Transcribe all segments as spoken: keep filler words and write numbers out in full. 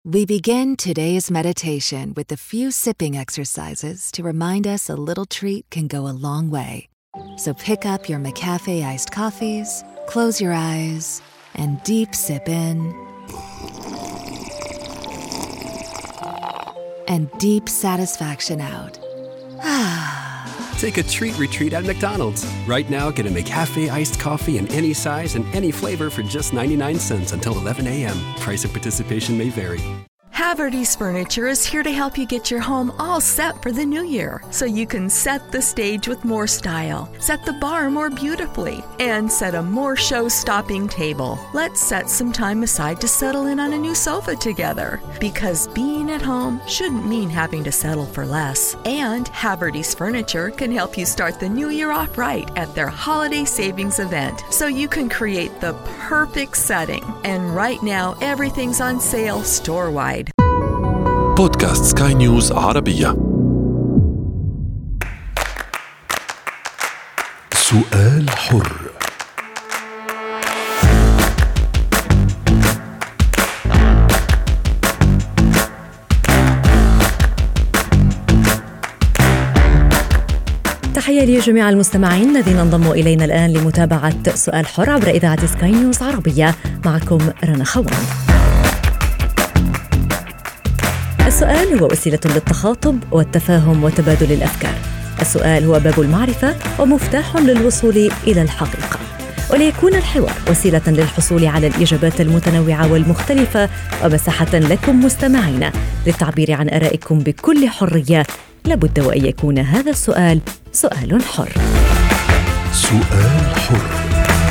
We begin today's meditation with a few sipping exercises to remind us a little treat can go a long way. So pick up your McCafe iced coffees, close your eyes, and deep sip in and deep satisfaction out. Take a treat retreat at McDonald's. Right now, get a McCafe iced coffee in any size and any flavor for just ninety-nine cents until eleven a.m. Price of participation may vary. Haverty's Furniture is here to help you get your home all set for the new year, so you can set the stage with more style, set the bar more beautifully, and set a more show-stopping table. Let's set some time aside to settle in on a new sofa together, because being at home shouldn't mean having to settle for less. And Haverty's Furniture can help you start the new year off right at their holiday savings event, so you can create the perfect setting. And right now, everything's on sale store-wide. بودكاست سكاي نيوز عربية. سؤال حر. تحية لجميع المستمعين الذين انضموا إلينا الآن لمتابعة سؤال حر عبر إذاعة سكاي نيوز عربية. معكم رنا خوان. السؤال هو وسيلة للتخاطب والتفاهم وتبادل الأفكار. السؤال هو باب المعرفة ومفتاح للوصول إلى الحقيقة، وليكون الحوار وسيلة للحصول على الإجابات المتنوعة والمختلفة ومساحة لكم مستمعين للتعبير عن آرائكم بكل حرية. لابد وأن يكون هذا السؤال سؤال حر. سؤال حر.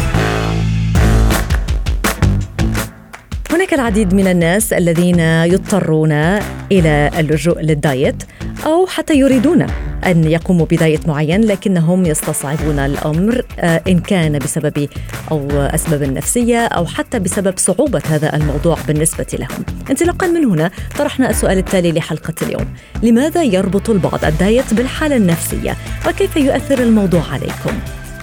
هناك العديد من الناس الذين يضطرون إلى اللجوء للدايت أو حتى يريدون أن يقوموا بدايت معين، لكنهم يستصعبون الأمر إن كان بسبب أو أسباب نفسية أو حتى بسبب صعوبة هذا الموضوع بالنسبة لهم. انطلاقا من هنا طرحنا السؤال التالي لحلقة اليوم: لماذا يربط البعض الدايت بالحالة النفسية وكيف يؤثر الموضوع عليكم؟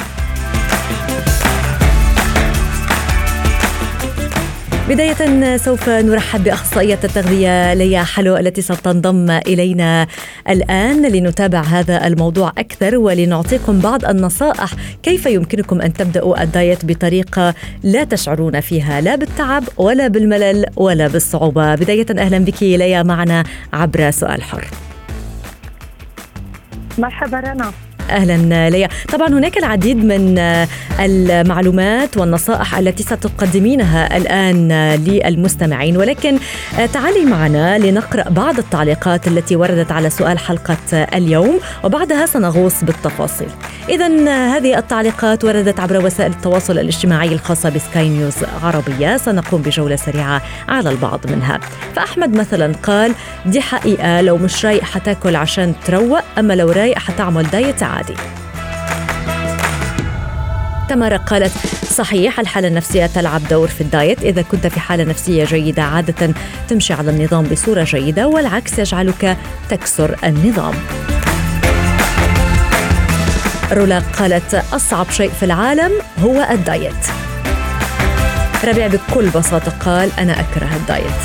بداية سوف نرحب بأخصائية التغذية ليا حلو التي ستنضم إلينا الآن لنتابع هذا الموضوع أكثر ولنعطيكم بعض النصائح كيف يمكنكم أن تبدأوا الدايت بطريقة لا تشعرون فيها لا بالتعب ولا بالملل ولا بالصعوبة. بداية أهلا بك ليا معنا عبر سؤال حر. مرحبا رنا. أهلا ليا. طبعا هناك العديد من المعلومات والنصائح التي ستقدمينها الآن للمستمعين، ولكن تعالي معنا لنقرأ بعض التعليقات التي وردت على سؤال حلقة اليوم وبعدها سنغوص بالتفاصيل. إذن هذه التعليقات وردت عبر وسائل التواصل الاجتماعي الخاصة بسكاي نيوز عربية. سنقوم بجولة سريعة على البعض منها. فأحمد مثلا قال: دي حقيقة، لو مش رايق حتاكل عشان تروق، أما لو رايق حتعمل دايت عادي. تمارا قالت: صحيح، الحالة النفسية تلعب دور في الدايت. إذا كنت في حالة نفسية جيدة عادة تمشي على النظام بصورة جيدة، والعكس يجعلك تكسر النظام. رولا قالت: أصعب شيء في العالم هو الدايت. ربيع بكل بساطة قال: أنا أكره الدايت.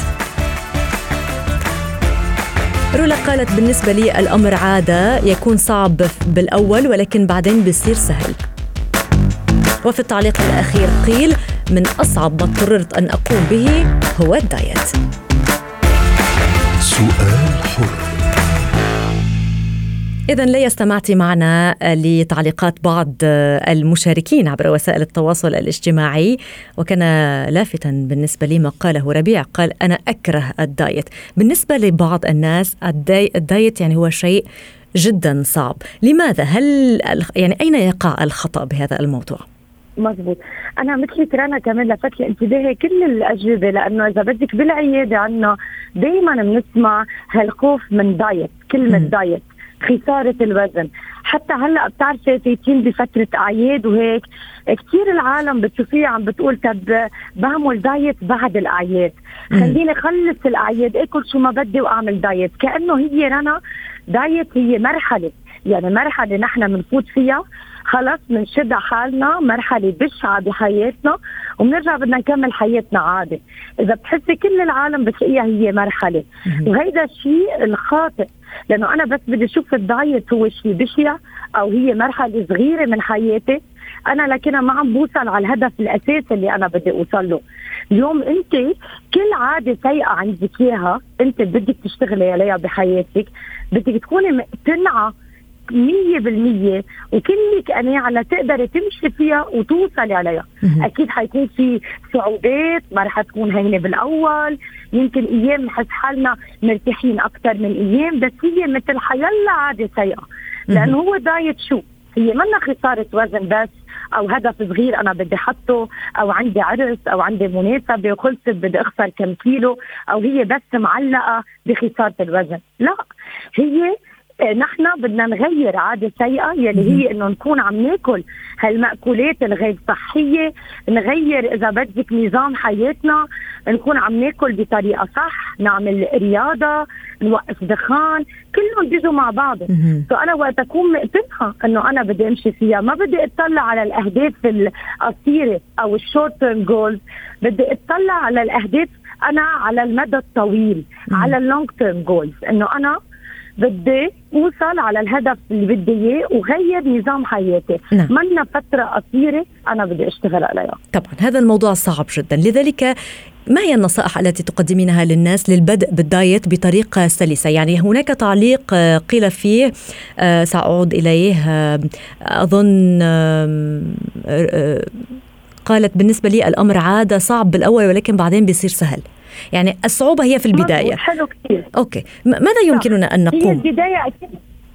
رولا قالت: بالنسبة لي الأمر عادة، يكون صعب بالأول ولكن بعدين بيصير سهل. وفي التعليق الأخير قيل: من أصعب ما اضطررت أن أقوم به هو الدايت. سؤال حر. إذن لا استمعتي معنا لتعليقات بعض المشاركين عبر وسائل التواصل الاجتماعي، وكان لافتا بالنسبة لي ما قاله ربيع. قال: أنا أكره الدايت. بالنسبة لبعض الناس الدايت يعني هو شيء جدا صعب. لماذا؟ هل يعني أين يقع الخطأ بهذا الموضوع؟ مزبوط. أنا مثلك رنا كمان لفت لي انتباهي كل الأجوبة، لأنه إذا بدك بالعيادة عنا دايما بنسمع هالخوف من دايت، كلمة م. دايت، خسارة الوزن. حتى هلأ بتعرفي فايتين بفترة أعياد وهيك كتير العالم بتشوفيه عم بتقول طب بعمل دايت بعد الأعياد، خليني خلص الأعياد أكل شو ما بدي وأعمل دايت. كأنه هي رنا دايت هي مرحلة، يعني مرحلة نحن بنفوت فيها خلاص بنشد حالنا، مرحلة بشعة بحياتنا وبنرجع بدنا نكمل حياتنا عادي. إذا بتحسي كل العالم بتلاقيها هي مرحلة، وهيدا الشيء الخاطئ، لأنه أنا بس بدي أشوف الدايت هو شيء بشع أو هي مرحلة صغيرة من حياتي، أنا لكن ما عم بوصل على الهدف الأساسي اللي أنا بدي أوصل له. اليوم أنت كل عادة سيئة عندك إياها أنت بدك تشتغلي عليها بحياتك، بدك تكوني مقتنعة مية بالمية وكلك قناعة لتقدري تمشي فيها وتوصلي عليها. أكيد حيكون في صعوبات، ما رح تكون هينة بالأول، يمكن أيام نحس حالنا مرتاحين أكتر من أيام، بس هي مثل حيلا عادة سيئة، لأنه هو دايت شو هي منا خسارة وزن بس أو هدف صغير أنا بدي حطه، أو عندي عرس أو عندي مناسبة وخلصت بدي أخسر كم كيلو، أو هي بس معلقة بخسارة الوزن. لا، هي نحن بدنا نغير عادة سيئة يلي هي انه نكون عم ناكل هالمأكولات الغير صحية، نغير اذا بدك نظام حياتنا، نكون عم ناكل بطريقة صح، نعمل رياضة، نوقف دخان، كلهم بيجوا مع بعض. فأنا وقت أكون مقتنعة انه انا بدي امشي فيها، ما بدي اطلع على الاهداف القصيرة او الشورت تيرم جولز، بدي اطلع على الاهداف انا على المدى الطويل، على اللونج تيرم جولز، انه انا بدي أوصل على الهدف اللي بدي إياه وغير نظام حياتي. نعم. منا فترة قصيرة أنا بدي أشتغل عليها. طبعا هذا الموضوع صعب جدا، لذلك ما هي النصائح التي تقدمينها للناس للبدء بالدايت بطريقة سلسة؟ يعني هناك تعليق قيل فيه سأعود إليه، أظن قالت بالنسبة لي الأمر عادة صعب بالأول ولكن بعدين بيصير سهل. يعني الصعوبة هي في البداية. حلو كتير. أوكي، ماذا يمكننا أن نقوم؟ هي البداية أكيد.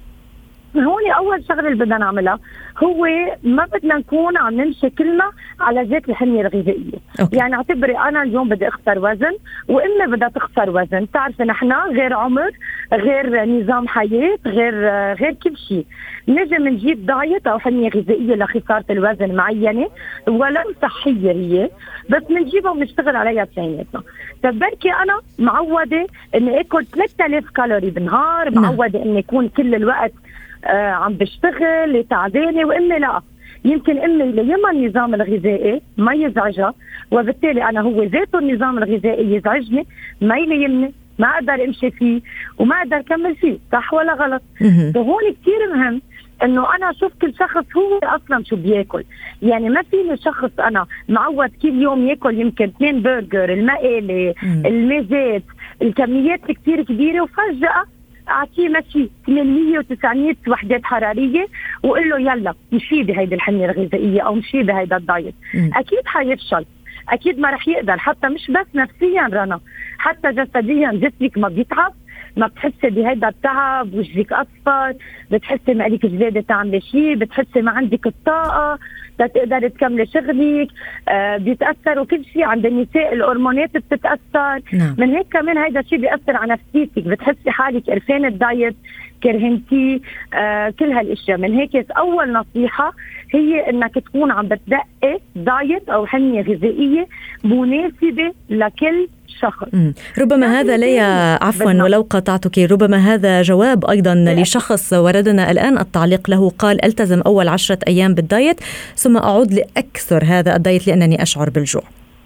هون أول شغلة اللي بدنا نعملها هو ما بدنا نكون عم نمشي كلنا على ذات الحمية الغذائية. أوكي. يعني اعتبري أنا اليوم بدي أخسر وزن وإمي بدها تخسر وزن، تعرفي نحن غير عمر، غير نظام حياة، غير غير كل شيء. نجي منجيب دايت أو حمية غذائية لخسارة الوزن معينة ولو صحية هي، بس منجيبها ونشتغل عليها بسيناتنا. تبركي أنا معودة إني أكل ثلاثة آلاف كالوري بالنهار، معودة إني أكون كل الوقت آه عم بشتغل تعبانة، وإمي لا، يمكن إمي ليما النظام الغذائي ما يزعجها، وبالتالي أنا هو ذاته النظام الغذائي يزعجني، ما يليمني، ما أقدر أمشي فيه وما أقدر أكمل فيه، صح ولا غلط؟ فهون كتير مهم إنه أنا أشوف كل شخص هو أصلا شو بياكل. يعني ما فيني شخص أنا معود كل يوم ياكل يمكن اثنين برجر، المقالي، الميزات، الكميات كتير كبيرة، وفجأة أعطيه ماشي ثمانمية وتسعمية وحدات حرارية وقل له يلا مشي بهيدي الحمية الغذائية أو مشي بهيدا الدايت. أكيد حيفشل، أكيد ما رح يقدر، حتى مش بس نفسيا رنا، حتى جسديا جسمك ما بيتعب، ما بتحسي بهيدا التعب، وجهك أصفر، بتحسي ما عليك جلادة تعملي شيء، بتحسي ما عندك الطاقة تقدر تكملي شغلك، آه بيتأثر وكل شيء عند النساء، الهرمونات بتتأثر. نعم. من هيك كمان هيدا الشيء بيأثر على نفسيتك، بتحسي حالك قرفان الدايت، كرهنتي، آه كل هالاشياء. من هيك اول نصيحة هي انك تكون عم بتدقي دايت او حمية غذائية مناسبة لكل شخص. مم. ربما هذا ليا عفوا ولو قطعتك، ربما هذا جواب أيضا لشخص وردنا الآن التعليق له، قال ألتزم أول عشرة أيام بالدايت ثم أعود لأكثر هذا الدايت لأنني أشعر بالجوع.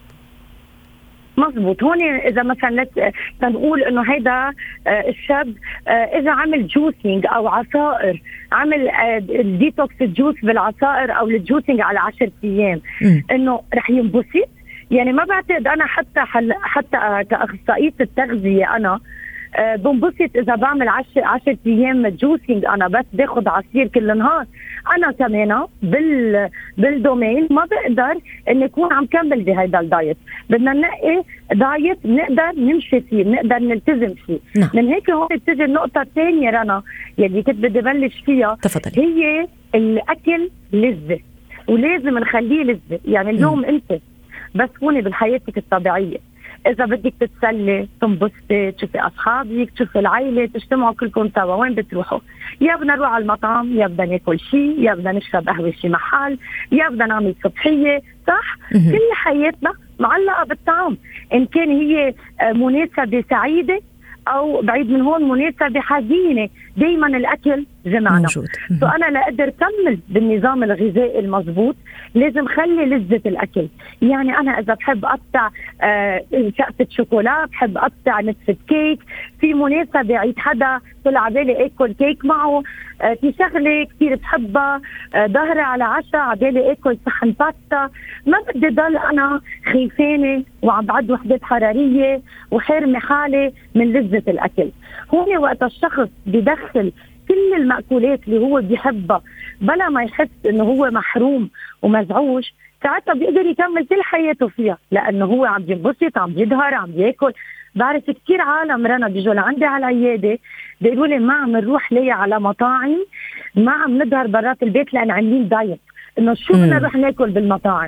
مظبوط. هون إذا مثلا نقول إنه هيدا الشاب إذا عمل جوسينج أو عصائر، عمل الديتوكس الجوس بالعصائر أو الجوسينج على عشرة أيام، إنه رح ينبسط. يعني ما بعتقد أنا حتى حل حتى كأخصائية التغذية أنا أه بنبسط إذا بعمل عشر عشر أيام جوسينج، أنا بس باخد عصير كل نهار. أنا كمان بال بالدومين ما بقدر إني أكون عم كمل بهيدا الدايت، بدنا نلاقي دايت نقدر نمشي فيه، نقدر نلتزم فيه. نعم. من هيك هون بتجي النقطة الثانية رنا يلي كنت بدي بلش فيها. تفضلي. هي الأكل لذة، ولازم نخليه لذة. يعني اليوم م. أنت بس كوني بحياتك الطبيعية، إذا بدك تتسلي تنبسطي، تشوفي أصحابك، تشوفي العائلة، تجتمعوا كلكم سوا، وين بتروحوا؟ يا بدنا نروح على المطعم، يا بدنا ناكل شيء، يا بدنا نشرب قهوة شي محل، يا بدنا نعمل صبحية، صح؟ كل حياتنا معلقة بالطعام، إن كان هي مناسبة سعيدة أو بعيد من هون مناسبة حزينة، دايما الأكل جمعنا. فأنا لا أقدر كمل بالنظام الغذائي المضبوط لازم خلي لذة الأكل. يعني أنا إذا بحب أقطع آه شقفة شوكولا، بحب أقطع نصف كيك، في مناسبة عيد حدا طلع عبالي أكل كيك معه، آه في شغلة كتير بحبها، آه ظهري على عشاء عبالي أكل صحن باستا، ما بدي ضل أنا خيفانة وعم بعد وحدات حرارية وحارمة حالي من لذة الأكل. هون وقت الشخص بدخل كل المأكولات اللي هو بيحبها بلا ما يحس انه هو محروم ومزعوج، ساعتها بيقدر يكمل كل حياته فيها، لانه هو عم ينبسط، عم يظهر، عم ياكل. بعرف كتير عالم رنا بيجوا لعندي على العياده بيقولوا لي ما عم نروح ليا على مطاعم، ما عم نظهر برات البيت لان عاملين دايت، انه شو بدنا نروح ناكل بالمطاعم،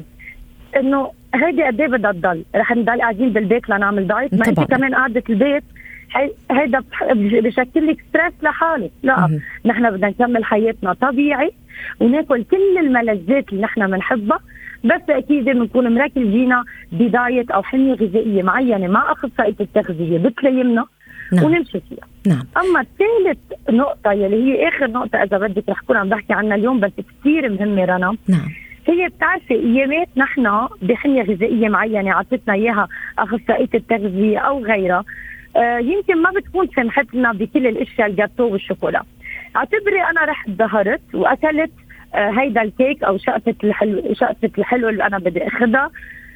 انه هيدي قد ايه بدها تضل؟ رح نضل قاعدين بالبيت لنعمل دايت؟ ما انت كمان قعدة البيت هيدا بشكل لك ستريس لحاله. لا، نحن بدنا نكمل حياتنا طبيعي وناكل كل الملذات اللي نحن بنحبها، بس اكيد بنكون مركزين بدايت او حمية غذائية معينة مع اخصائية التغذية بتليمنا. نعم. ونمشي فيها. نعم. اما الثالث نقطة يلي هي اخر نقطة اذا بدك رح كون عم بحكي عنها اليوم بس كثير مهمة رنا. نعم. هي بتعرفي ايامات نحن بحمية غذائية معينة عطتنا اياها اخصائية التغذية او غيرها، آه يمكن ما بتكون سمحت لنا بكل الاشياء الجاتو والشوكولا. اعتبري انا رحت ظهرت واكلت آه هيدا الكيك او شقفة الحلو شقفة الحلو اللي انا بدي اخذها،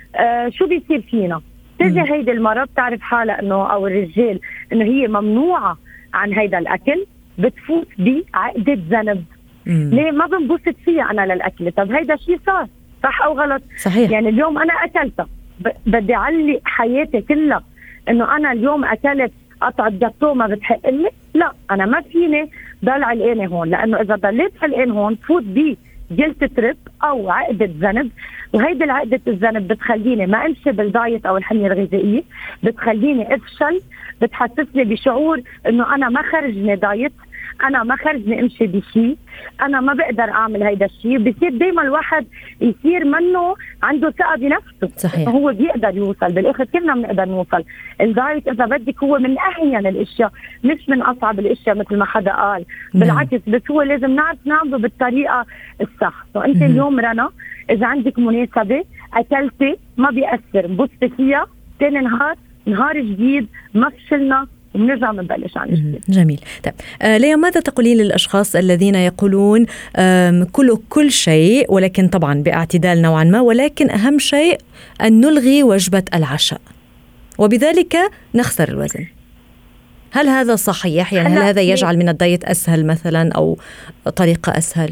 آه شو بيصير فينا؟ تجي هيدي المرة بتعرف حالها انه او الرجال انه هي ممنوعة عن هيدا الاكل، بتفوت بعقدة ذنب. ليه ما بنبسط فيها انا للاكل؟ طب هيدا شيء صار صح او غلط؟ صحيح. يعني اليوم انا اكلتها بدي اعلق حياتي كلها انه انا اليوم اكلت قطعة جاتو ما بتحق لي؟ لا، انا ما فيني ضل علقانه هون، لانه اذا ضليت علقان هون فوت بي جلت ترب او عقدة ذنب، وهيدي العقدة الذنب بتخليني ما امشي بالدايت او الحمية الغذائية، بتخليني افشل، بتحسسني بشعور انه انا ما خرجني دايت، انا ما خرجني امشي بشيء، انا ما بقدر اعمل هيدا الشيء. بصير دايما الواحد يصير منه عنده ثقة بنفسه. صحيح. هو بيقدر يوصل، بالاخر كلنا بنقدر نوصل. الدايت اذا بدك هو من اهين الاشياء مش من اصعب الاشياء مثل ما حدا قال. بالعكس، بس هو لازم نعرف نعمله بالطريقة الصح. فانت اليوم رنا اذا عندك مناسبة اكلتي ما بيأثر، انبسطي فيها، ثاني نهار نهار جديد ما فشلنا ونرجع نبلش عن جديد. جميل. طيب آه ليا، ماذا تقولين للأشخاص الذين يقولون كلوا كل شيء ولكن طبعا باعتدال نوعا ما، ولكن أهم شيء أن نلغي وجبة العشاء وبذلك نخسر الوزن؟ هل هذا صحيح؟ يعني هل هذا يجعل من الدايت أسهل مثلا أو طريقة أسهل؟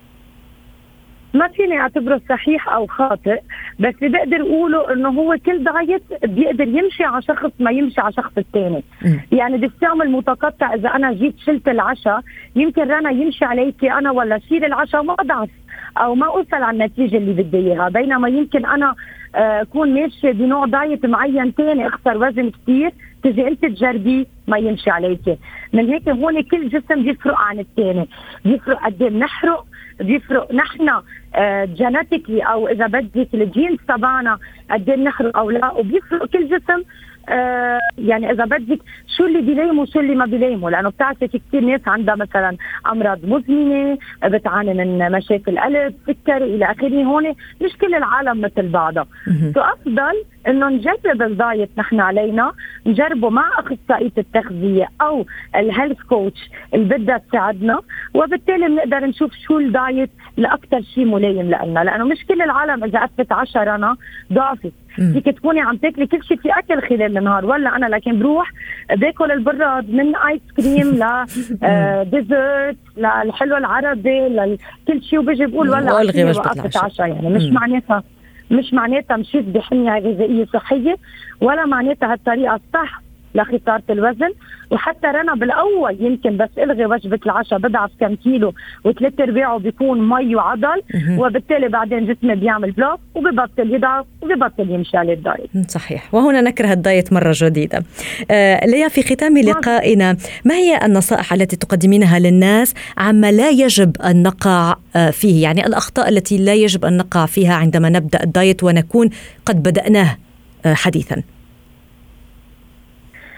ما فيني اعتبره صحيح او خاطئ، بس اللي بقدر اقوله انه هو كل دايت بيقدر يمشي على شخص ما يمشي على شخص الثاني. يعني بالصيام المتقطع اذا انا جيت شلت العشاء يمكن رنا يمشي عليكي انا ولا شيل العشاء ما اضعف او ما اوصل على النتيجه اللي بدي اياها، بينما يمكن انا اكون ماشيه بنوع دايت معين ثاني اخسر وزن كثير، تجي انت تجربيه ما يمشي عليكي. من هيك هون كل جسم بيفرق عن الثاني، بيفرق قد ايه بنحرق، بيفرق نحن آه جينيتيكلي او اذا بدك الجينز تبعنا قد ايه بنحرق او لا، وبيفرق كل جسم آه يعني اذا بدك شو اللي بيليمه وشو اللي ما بيليمه، لانه بتعرفي في كثير ناس عندها مثلا امراض مزمنه، بتعاني من مشاكل قلب، سكر الى اخره. هون مش كل العالم مثل بعضها، فافضل انه نجرب الدايت نحن علينا، نجربه مع اخصائيه التغذيه او الهيلث كوتش اللي بدها تساعدنا، وبالتالي بنقدر نشوف شو الدايت لاكثر شيء ملائم لنا، لانه مش كل العالم اذا اكلت عشرة ضعفت. فيك تكوني عم تاكلي كل شيء في اكل خلال النهار، ولا انا لكن بروح باكل البراد من ايس كريم ل ديزرت للحلو العربي لكل شيء، وبيجي بقول ولا وقفت عشاء. يعني مش معناتها مش معناتها مشيت بحمية غذائية صحية، ولا معناتها هالطريقة الصح لخسارة الوزن. وحتى رنا بالأول يمكن بس إلغي وجبة العشاء بضعف كم كيلو وثلاث أرباعه بيكون مي وعضل، وبالتالي بعدين جسمي بيعمل بلوك وبيبطل يضعف وبيبطل يمشي على الدايت. صحيح. وهنا نكره الدايت مرة جديدة. آه ليا، في ختام لقائنا ما هي النصائح التي تقدمينها للناس عما لا يجب أن نقع آه فيه، يعني الأخطاء التي لا يجب أن نقع فيها عندما نبدأ الدايت ونكون قد بدأناه آه حديثا؟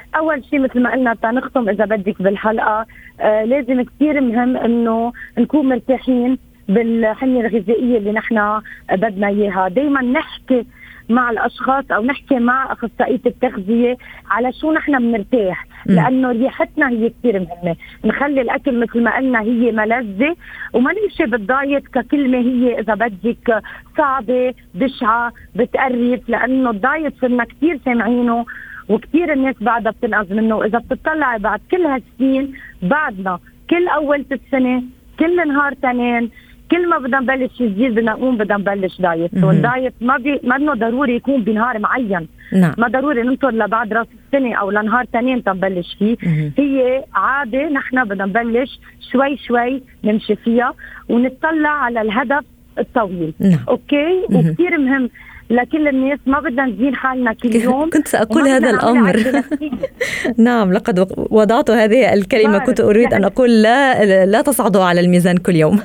اول شيء مثل ما قلنا تنختم اذا بدك بالحلقه، آه لازم كثير مهم انه نكون مرتاحين بالحمية الغذائية اللي نحن بدنا اياها. دايما نحكي مع الاشخاص او نحكي مع اخصائية التغذية على شو نحن بنرتاح، لانه ريحتنا هي كثير مهمة. نخلي الاكل مثل ما قلنا هي ملذة، وما نمشي بالدايت ككلمة هي اذا بدك صعبة بشعة بتقرف، لانه الدايت صرنا كثير سامعينه وكثير الناس بعدها بتنقذ منه. اذا بتطلع بعد كل هالسنين بعدنا كل اول السنة كل نهار تنين كل ما بدنا نبلش جديد بدنا نقوم بدنا نبلش دايت. والدايت ما بي ما انه ضروري يكون بنهار معين. نعم. ما ضروري ننطر لبعد راس السنه او لنهار تانين تنبلش فيه. مم. هي عاده نحن بدنا نبلش شوي شوي نمشي فيها ونتطلع على الهدف الطويل. نعم. اوكي. مم. وكثير مهم لكل الناس، ما بدنا نزين حالنا كل يوم. كنت سأقول هذا الأمر. نعم، لقد وضعت هذه الكلمة. كنت أريد أن أقول لا لا تصعدوا على الميزان كل يوم.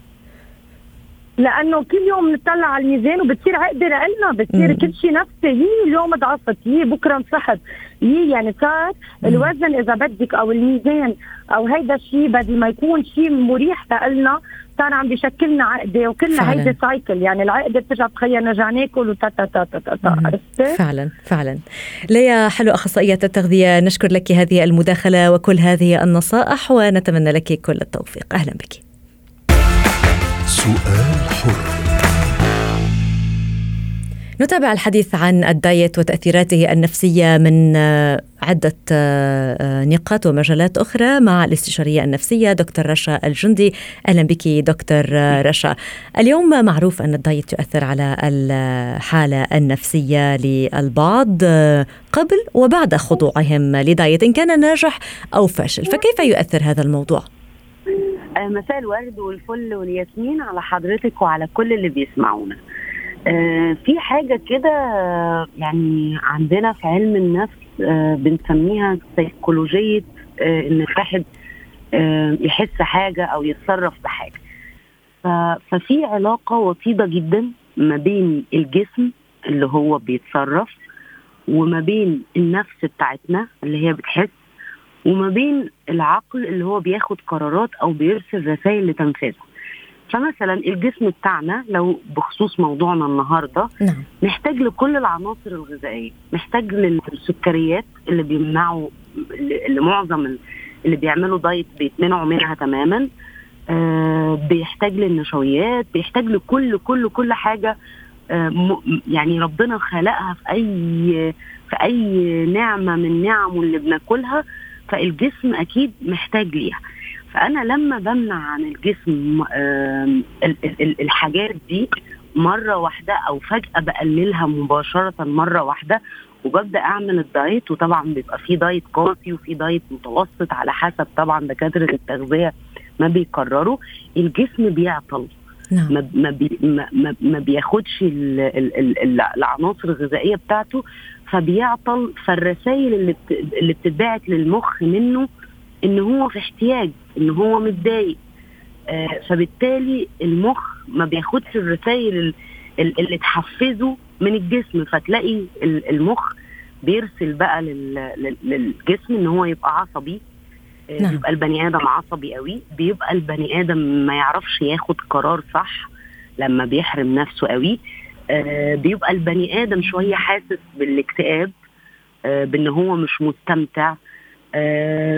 لأنه كل يوم نطلع على الميزان وبتصير عقدة لنا، بتصير مم. كل شيء نفسي. هي اليوم ضعفت، هي بكرة انصحت، هي يعني صار الوزن إذا بدك أو الميزان أو هيدا الشيء بدل ما يكون شيء مريح لنا صار عم بيشكلنا عقدة. وكلنا هيدا سايكل، يعني العقدة بترجع تخيل نرجع ناكل وتا تا تا تا تا. عرفتي؟ فعلا فعلا. ليا حلو أخصائية التغذية، نشكر لك هذه المداخلة وكل هذه النصائح ونتمنى لك كل التوفيق. أهلا بك. سؤال حر. نتابع الحديث عن الدايت وتأثيراته النفسية من عدة نقاط ومجالات أخرى مع الاستشارية النفسية دكتور رشا الجندي. أهلا بك دكتور رشا. اليوم معروف أن الدايت يؤثر على الحالة النفسية للبعض قبل وبعد خضوعهم لدايت، إن كان ناجح أو فاشل، فكيف يؤثر هذا الموضوع؟ مساء الورد والفل والياسمين على حضرتك وعلى كل اللي بيسمعونا. آه في حاجة كده يعني عندنا في علم النفس آه بنسميها سيكولوجية، آه إن الواحد آه يحس حاجة أو يتصرف بحاجة. ففي علاقة وطيدة جدا ما بين الجسم اللي هو بيتصرف وما بين النفس بتاعتنا اللي هي بتحس وما بين العقل اللي هو بياخد قرارات أو بيرسل رسائل لتنفيذها. فمثلا الجسم بتاعنا لو بخصوص موضوعنا النهاردة نعم. محتاج لكل العناصر الغذائية، محتاج للسكريات اللي بيمنعوا، اللي معظم اللي بيعملوا دايت بيتمنعوا منها تماما. آه بيحتاج للنشويات، بيحتاج لكل كل كل حاجة آه يعني ربنا خلقها في أي في أي نعمة من نعمه اللي بناكلها، فالجسم أكيد محتاج ليها. فأنا لما بمنع عن الجسم الحاجات دي مرة واحدة أو فجأة بقللها مباشرة مرة واحدة وببدأ أعمل الدايت، وطبعا بيبقى فيه دايت قاسي وفيه دايت متوسط على حسب طبعا دكاترة التغذية ما بيقرروا، الجسم بيعطل. نعم. ما ما بي ما ما بياخدش ال ال ال العناصر الغذائية بتاعته فبيعطل. فالرسائل اللي بت اللي بتتبعت للمخ منه إن هو في احتياج، إن هو متضايق، آه فبالتالي المخ ما بياخدش الرسائل اللي تحفزه من الجسم، فتلاقي المخ بيرسل بقى للجسم إن هو يبقى عصبي. آه نعم. بيبقى البني آدم عصبي قوي، بيبقى البني آدم ما يعرفش ياخد قرار صح لما بيحرم نفسه قوي. آه بيبقى البني آدم شوية حاسس بالاكتئاب، آه بأنه هو مش مستمتع. آه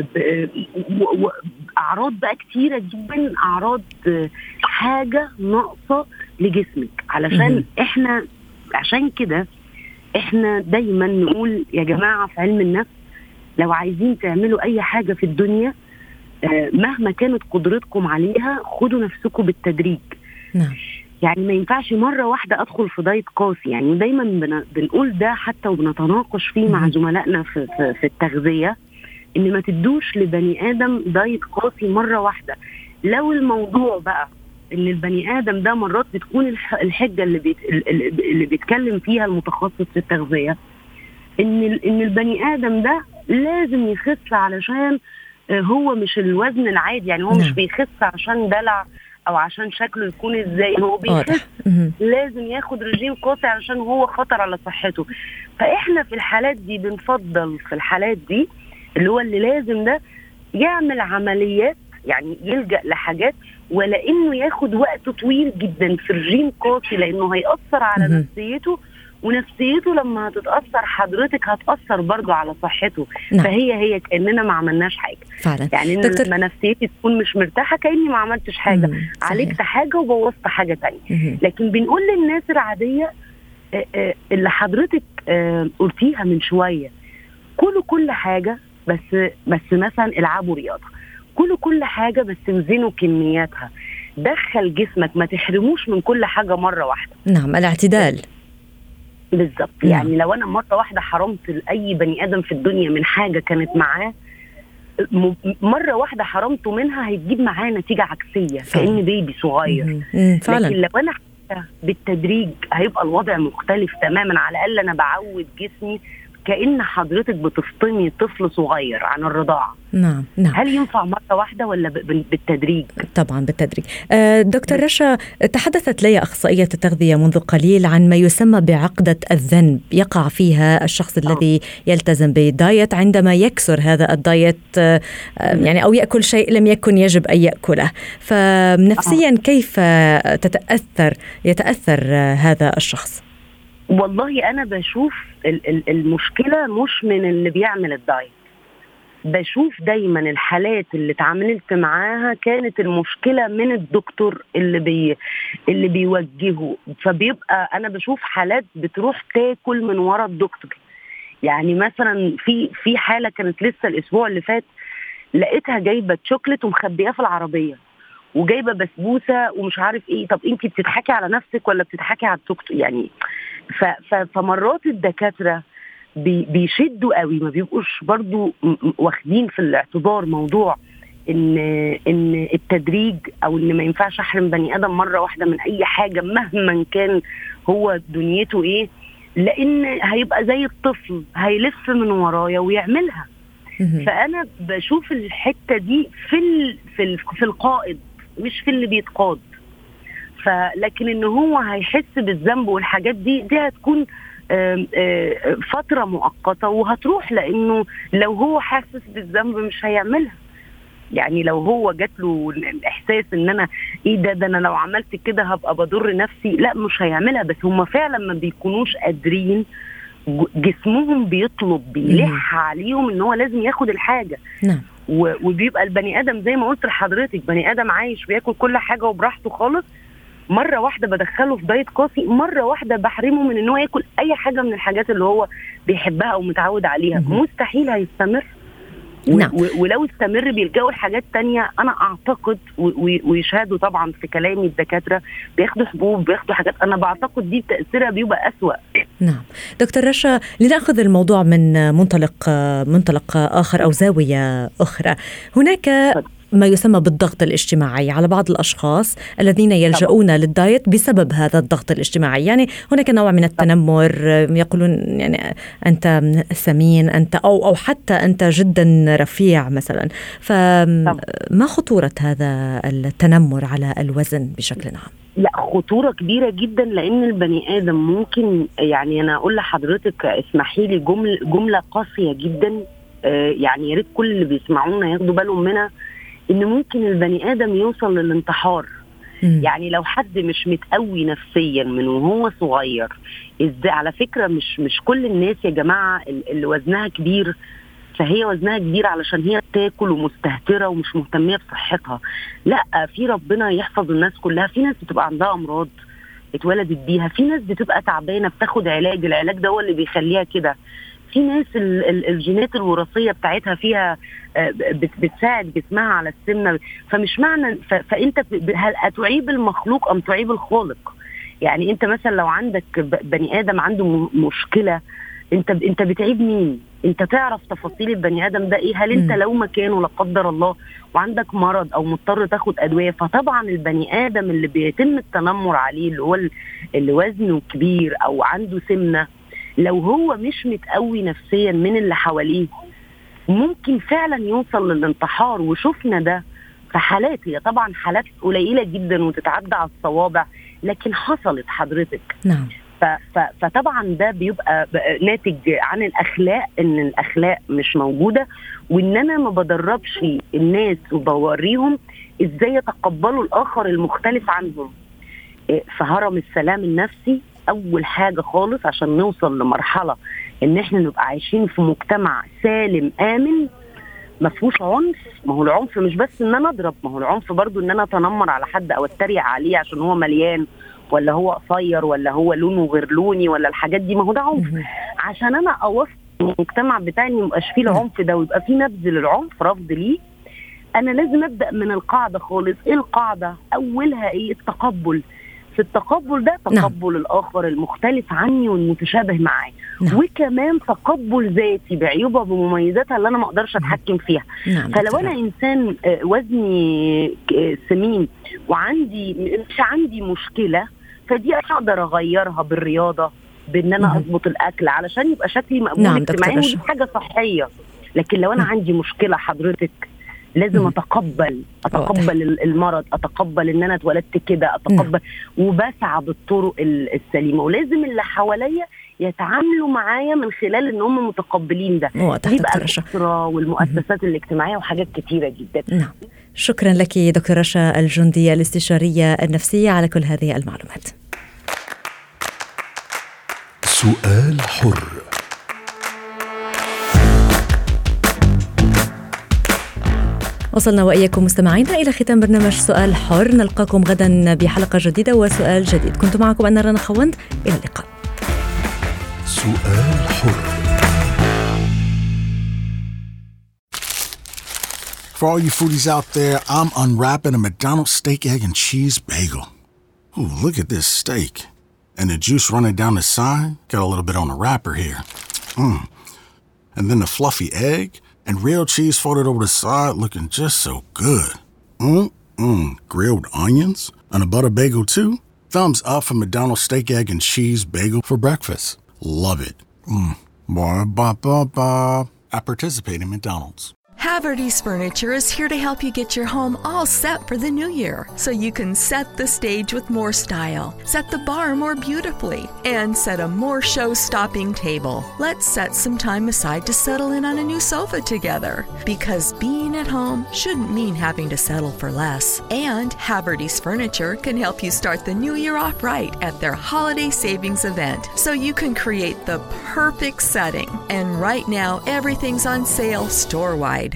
أعراض بقى كتيرة جدا، أعراض آه حاجة ناقصة لجسمك. علشان إحنا عشان كده إحنا دايما نقول يا جماعة في علم النفس لو عايزين تعملوا أي حاجة في الدنيا آه مهما كانت قدرتكم عليها خدوا نفسكم بالتدريج. نعم. يعني ما ينفعش مرة واحدة أدخل في دايت قاسي. يعني دايما بنقول ده حتى وبنتناقش فيه مع زملائنا في, في, في التغذية، إن ما تدوش لبني آدم دايت قاسي مرة واحدة. لو الموضوع بقى إن البني آدم ده مرات بتكون الحجة اللي, بيت اللي بيتكلم فيها المتخصص في التغذية إن, إن البني آدم ده لازم يخس علشان هو مش الوزن العادي. يعني هو مش بيخس عشان دلع أو عشان شكله يكون إزاي، هو بيخس لازم ياخد رجيم قاسي علشان هو خطر على صحته. فإحنا في الحالات دي بنفضل في الحالات دي اللي هو اللي لازم ده يعمل عمليات، يعني يلجأ لحاجات، ولا انه ياخد وقت طويل جدا في الرجيم قاسي، لانه هيأثر على م- نفسيته، ونفسيته لما هتتأثر حضرتك هتأثر برضو على صحته. نعم. فهي هي كأننا ما عملناش حاجة فعلا. يعني لما نفسيتي تكون مش مرتاحة كأني ما عملتش حاجة، عالجت حاجة وبوظت حاجة تانية. مم. لكن بنقول للناس العادية اللي حضرتك قلتيها من شوية، كلوا كل حاجة بس بس مثلا العبوا رياضة، كلوا كل حاجة بس وزنوا كمياتها، دخل جسمك، ما تحرموش من كل حاجة مرة واحدة. نعم، الاعتدال بالضبط. نعم. يعني لو أنا مرة واحدة حرمت لأي بني آدم في الدنيا من حاجة كانت معاه، مرة واحدة حرمته منها هيجيب معاه نتيجة عكسية كأن بيبي صغير. فعلا. لكن لو أنا بالتدريج هيبقى الوضع مختلف تماما. على الأقل أنا بعود جسمي كأن حضرتك بتفطمي طفل صغير عن الرضاعة. نعم نعم. هل ينفع مرة واحدة ولا بالتدريج؟ طبعا بالتدريج. دكتور رشا، تحدثت لي أخصائية التغذية منذ قليل عن ما يسمى بعقدة الذنب يقع فيها الشخص الذي يلتزم بالدايت عندما يكسر هذا الدايت، يعني أو يأكل شيء لم يكن يجب أن يأكله. فنفسيا كيف تتأثر يتأثر هذا الشخص؟ والله أنا بشوف المشكلة مش من اللي بيعمل الدايت، بشوف دايما الحالات اللي اتعاملت معاها كانت المشكلة من الدكتور اللي بي اللي بيوجهه. فبيبقى أنا بشوف حالات بتروح تاكل من ورا الدكتور. يعني مثلا في في حالة كانت لسه الأسبوع اللي فات لقيتها جايبة شوكليت ومخبياه في العربية، وجايبة بسبوسة ومش عارف ايه. طب انتي بتضحكي على نفسك ولا بتضحكي على الدكتور؟ يعني فمرات الدكاترة بي بيشدوا قوي، ما بيبقوش برضو واخدين في الاعتبار موضوع ان ان التدريج، او ان ما ينفعش احرم بني ادم مرة واحدة من اي حاجة مهما كان هو دنيته ايه، لان هيبقى زي الطفل هيلف من ورايا ويعملها. فانا بشوف الحتة دي في ال في ال في القائد مش في اللي بيتقاد. فلكن ان هو هيحس بالذنب والحاجات دي دي هتكون آآ آآ فترة مؤقتة وهتروح، لانه لو هو حاسس بالذنب مش هيعملها. يعني لو هو جات له الاحساس ان انا ايه ده ده انا لو عملت كده هبقى بضر نفسي، لا مش هيعملها. بس هم فعلا ما بيكونوش قادرين، جسمهم بيطلب بيلح عليهم ان هو لازم ياخد الحاجة. نعم. وبيبقى البني ادم زي ما قلت لحضرتك بني ادم عايش بياكل كل حاجة وبراحته خالص، مرة واحدة بدخله في دايت قاسي، مرة واحدة بحرمه من انه ياكل اي حاجة من الحاجات اللي هو بيحبها او متعود عليها. م- مستحيل هيستمر. نعم. ولو استمر بيلجأوا لحاجات تانية. أنا أعتقد ويشهدوا طبعا في كلامي الدكاترة بياخدوا حبوب بياخدوا حاجات، أنا بعتقد دي تأثيرها بيبقى أسوأ. نعم دكتور رشا، لنأخذ الموضوع من منطلق منطلق آخر أو زاوية أخرى. هناك ما يسمى بالضغط الاجتماعي على بعض الأشخاص الذين يلجؤون طبعا للدايت بسبب هذا الضغط الاجتماعي. يعني هناك نوع من التنمر، يقولون يعني أنت سمين أنت أو أو حتى أنت جدا رفيع مثلا. فما خطورة هذا التنمر على الوزن بشكل عام؟ لا، خطورة كبيرة جدا، لأن البني آدم ممكن، يعني أنا أقول لحضرتك اسمحي لي جملة جملة قاسية جدا، يعني يا ريت كل اللي بيسمعونا ياخدوا بالهم منها، إن ممكن البني آدم يوصل للانتحار. م. يعني لو حد مش متقوي نفسيا من وهو صغير، إزاي؟ على فكرة مش مش كل الناس يا جماعة اللي وزنها كبير فهي وزنها كبير علشان هي بتاكل ومستهترة ومش مهتمية بصحتها. لا، في ربنا يحفظ الناس كلها. في ناس بتبقى عندها أمراض اتولدت بيها، في ناس بتبقى تعبانة بتاخد علاج، العلاج ده هو اللي بيخليها كده. في ناس الجينات الوراثية بتاعتها فيها بتساعد جسمها على السمنة. فمش معنى فأنت هل أتعيب المخلوق أم تعيب الخالق؟ يعني أنت مثلا لو عندك بني آدم عنده مشكلة، انت انت بتعيب مين؟ انت تعرف تفاصيل البني ادم ده ايه؟ هل انت لو مكانه لا قدر الله وعندك مرض او مضطر تاخد ادويه؟ فطبعا البني ادم اللي بيتم التنمر عليه، اللي هو اللي وزنه كبير او عنده سمنه، لو هو مش متقوي نفسيا من اللي حواليه ممكن فعلا يوصل للانتحار. وشفنا ده في حالات، هي طبعا حالات قليله جدا وتتعدى على الصوابع، لكن حصلت حضرتك. نعم. فطبعا ده بيبقى ناتج عن الأخلاق، إن الأخلاق مش موجودة، وإن أنا ما بدربش الناس وبوريهم إزاي يتقبلوا الآخر المختلف عنهم. فهرم السلام النفسي أول حاجة خالص عشان نوصل لمرحلة إن إحنا نبقى عايشين في مجتمع سالم آمن ما فيهوش عنف. ما هو العنف مش بس إن أنا أضرب، ما هو العنف برضو إن أنا أتنمر على حد أو أتريق عليه عشان هو مليان ولا هو قصير ولا هو لونه غير لوني ولا الحاجات دي، ما هو ده عنف. عشان أنا أوصل المجتمع بتاعي ما يبقاش فيه العنف ده ويبقى فيه نبذ للعنف، رفض ليه، أنا لازم أبدأ من القاعدة خالص. إيه القاعدة؟ أولها إيه؟ التقبل. في التقبل ده تقبل نعم. الآخر المختلف عني والمتشابه معاه، نعم. وكمان تقبل ذاتي بعيوبها بمميزاتها اللي أنا ما أقدرش أتحكم فيها. نعم. فلو أنا إنسان وزني سمين وعندي مش عندي مشكلة، فدي أقدر أغيرها بالرياضة، بأن أنا أضبط الأكل علشان يبقى شكلي مقبول نعم اجتماعيا، ودي حاجة صحية. لكن لو أنا نعم. عندي مشكلة حضرتك لازم أتقبل أتقبل المرض، أتقبل إن أنا اتولدت كده، أتقبل وبسعى بالطرق السليمة، ولازم اللي حواليا يتعاملوا معايا من خلال إن هم متقبلين ده. دي بقى الأسرة والمؤسسات الاجتماعية وحاجات كتيرة جدا. نعم. شكرا لك دكتور رشا الجندي الاستشارية النفسية على كل هذه المعلومات. سؤال حر. وصلنا وإياكم مستمعينا إلى ختام برنامج سؤال حر. نلقاكم غدا بحلقة جديدة وسؤال جديد. كنت معكم أنا رنا خوند، إلى اللقاء. سؤال حر. For all you foodies out there, I'm unwrapping a McDonald's steak, egg, and cheese bagel. Ooh, look at this steak. And the juice running down the side. Got a little bit on the wrapper here. Mmm. And then the fluffy egg and real cheese folded over the side, looking just so good. Mmm, grilled onions and a butter bagel too. Thumbs up for McDonald's steak, egg, and cheese bagel for breakfast. Love it. Mmm. Ba ba ba ba. I participate in McDonald's. Haverty's Furniture is here to help you get your home all set for the new year, so you can set the stage with more style, set the bar more beautifully, and set a more show-stopping table. Let's set some time aside to settle in on a new sofa together, because being at home shouldn't mean having to settle for less. And Haverty's Furniture can help you start the new year off right at their holiday savings event, so you can create the perfect setting. And right now, everything's on sale store-wide.